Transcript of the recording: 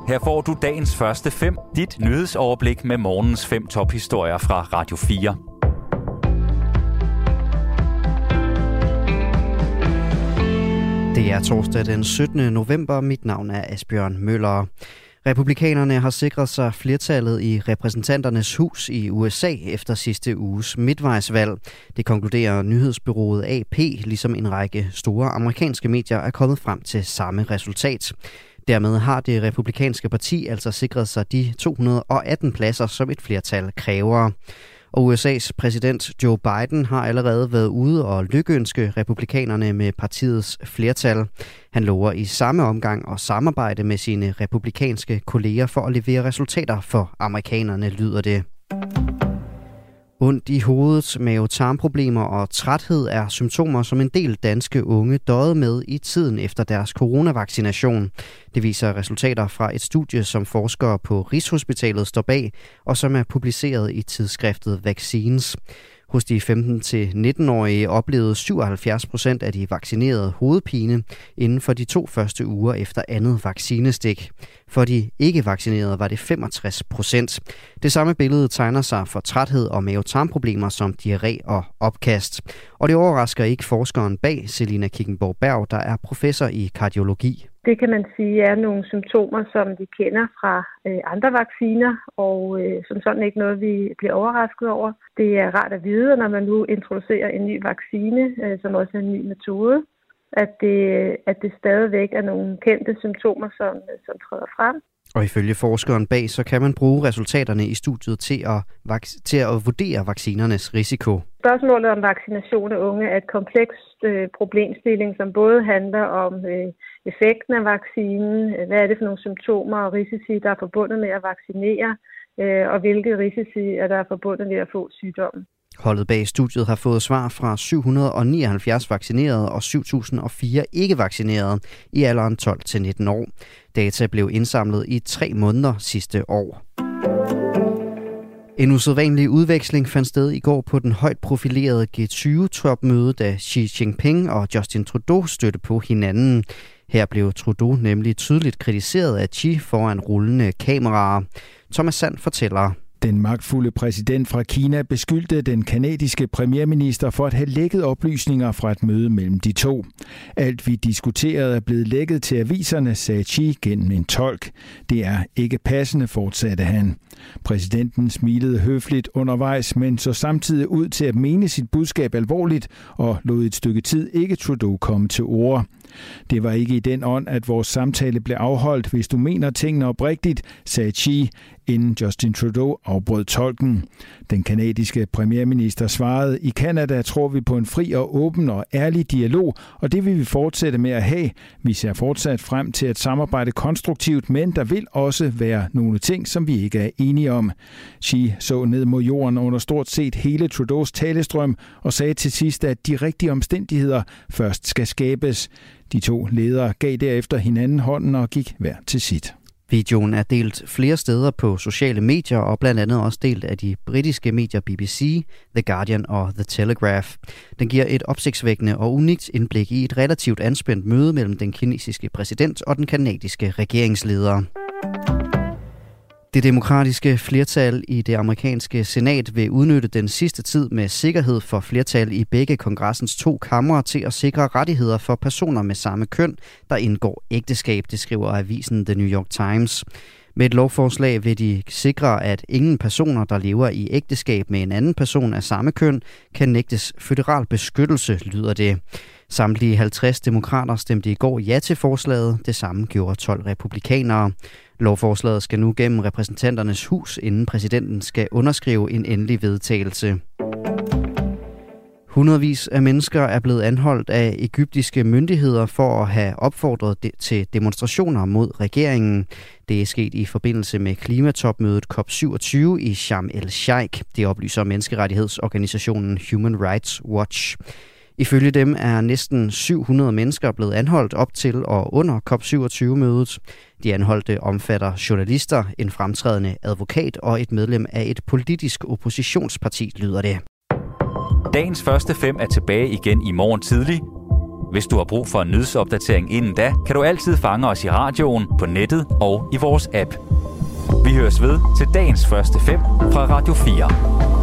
Her får du dagens første 5, dit nyhedsoverblik med morgens 5 tophistorier fra Radio 4. Det er torsdag den 17. november. Mit navn er Asbjørn Møller. Republikanerne har sikret sig flertallet i repræsentanternes hus i USA efter sidste uges midtvejsvalg. Det konkluderer nyhedsbureauet AP, ligesom en række store amerikanske medier er kommet frem til samme resultat. Dermed har det republikanske parti altså sikret sig de 218 pladser, som et flertal kræver. Og USA's præsident Joe Biden har allerede været ude og lykønske republikanerne med partiets flertal. Han lover i samme omgang at samarbejde med sine republikanske kolleger for at levere resultater for amerikanerne, lyder det. Ondt i hovedet, mave-tarmproblemer og træthed er symptomer, som en del danske unge døjede med i tiden efter deres coronavaccination. Det viser resultater fra et studie, som forskere på Rigshospitalet står bag, og som er publiceret i tidsskriftet Vaccines. Hos de 15-19-årige oplevede 77% af de vaccinerede hovedpine inden for de 2 første uger efter andet vaccinestik. For de ikke-vaccinerede var det 65%. Det samme billede tegner sig for træthed og mave-tarmproblemer som diarré og opkast. Og det overrasker ikke forskeren bag, Selina Kickenborg-Berg, der er professor i kardiologi. Det kan man sige er nogle symptomer, som vi kender fra andre vacciner, og som sådan ikke noget, vi bliver overrasket over. Det er rart at vide, når man nu introducerer en ny vaccine, som også er en ny metode, at det stadigvæk er nogle kendte symptomer, som træder frem. Og ifølge forskeren bag, så kan man bruge resultaterne i studiet til at vurdere vaccinernes risiko. Spørgsmålet om vaccination af unge er et komplekst problemstilling, som både handler om effekten af vaccinen, hvad er det for nogle symptomer og risici, der er forbundet med at vaccinere, og hvilke risici er der forbundet med at få sygdommen. Holdet bag studiet har fået svar fra 779 vaccinerede og 7.004 ikke-vaccinerede i alderen 12-19 år. Data blev indsamlet i 3 måneder sidste år. En usædvanlig udveksling fandt sted i går på den højt profilerede G20-topmøde, da Xi Jinping og Justin Trudeau stødte på hinanden. Her blev Trudeau nemlig tydeligt kritiseret af Xi foran rullende kameraer. Thomas Sand fortæller. Den magtfulde præsident fra Kina beskyldte den kanadiske premierminister for at have lækket oplysninger fra et møde mellem de to. Alt vi diskuterede er blevet lækket til aviserne, sagde Xi gennem en tolk. Det er ikke passende, fortsatte han. Præsidenten smilede høfligt undervejs, men så samtidig ud til at mene sit budskab alvorligt og lod et stykke tid ikke Trudeau komme til orde. Det var ikke i den ånd, at vores samtale blev afholdt, hvis du mener tingene oprigtigt, sagde Xi, inden Justin Trudeau afbrød tolken. Den kanadiske premierminister svarede, i Canada tror vi på en fri og åben og ærlig dialog, og det vil vi fortsætte med at have. Vi ser fortsat frem til at samarbejde konstruktivt, men der vil også være nogle ting, som vi ikke er enige om. Xi så ned mod jorden under stort set hele Trudeaus talestrøm og sagde til sidst, at de rigtige omstændigheder først skal skabes. De to ledere gav derefter hinanden hånden og gik hver til sit. Videoen er delt flere steder på sociale medier og blandt andet også delt af de britiske medier BBC, The Guardian og The Telegraph. Den giver et opsigtsvækkende og unikt indblik i et relativt anspændt møde mellem den kinesiske præsident og den kanadiske regeringsleder. Det demokratiske flertal i det amerikanske senat vil udnytte den sidste tid med sikkerhed for flertal i begge kongressens 2 kamre til at sikre rettigheder for personer med samme køn, der indgår ægteskab, det skriver avisen The New York Times. Med et lovforslag vil de sikre, at ingen personer, der lever i ægteskab med en anden person af samme køn, kan nægtes føderal beskyttelse, lyder det. Samtlige 50 demokrater stemte i går ja til forslaget. Det samme gjorde 12 republikanere. Lovforslaget skal nu gennem repræsentanternes hus, inden præsidenten skal underskrive en endelig vedtagelse. Hundredvis af mennesker er blevet anholdt af egyptiske myndigheder for at have opfordret til demonstrationer mod regeringen. Det er sket i forbindelse med klimatopmødet COP27 i Sharm el-Sheikh. Det oplyser menneskerettighedsorganisationen Human Rights Watch. Ifølge dem er næsten 700 mennesker blevet anholdt op til og under COP27-mødet. De anholdte omfatter journalister, en fremtrædende advokat og et medlem af et politisk oppositionsparti, lyder det. Dagens første 5 er tilbage igen i morgen tidlig. Hvis du har brug for en nyhedsopdatering inden da, kan du altid fange os i radioen, på nettet og i vores app. Vi høres ved til dagens første 5 fra Radio 4.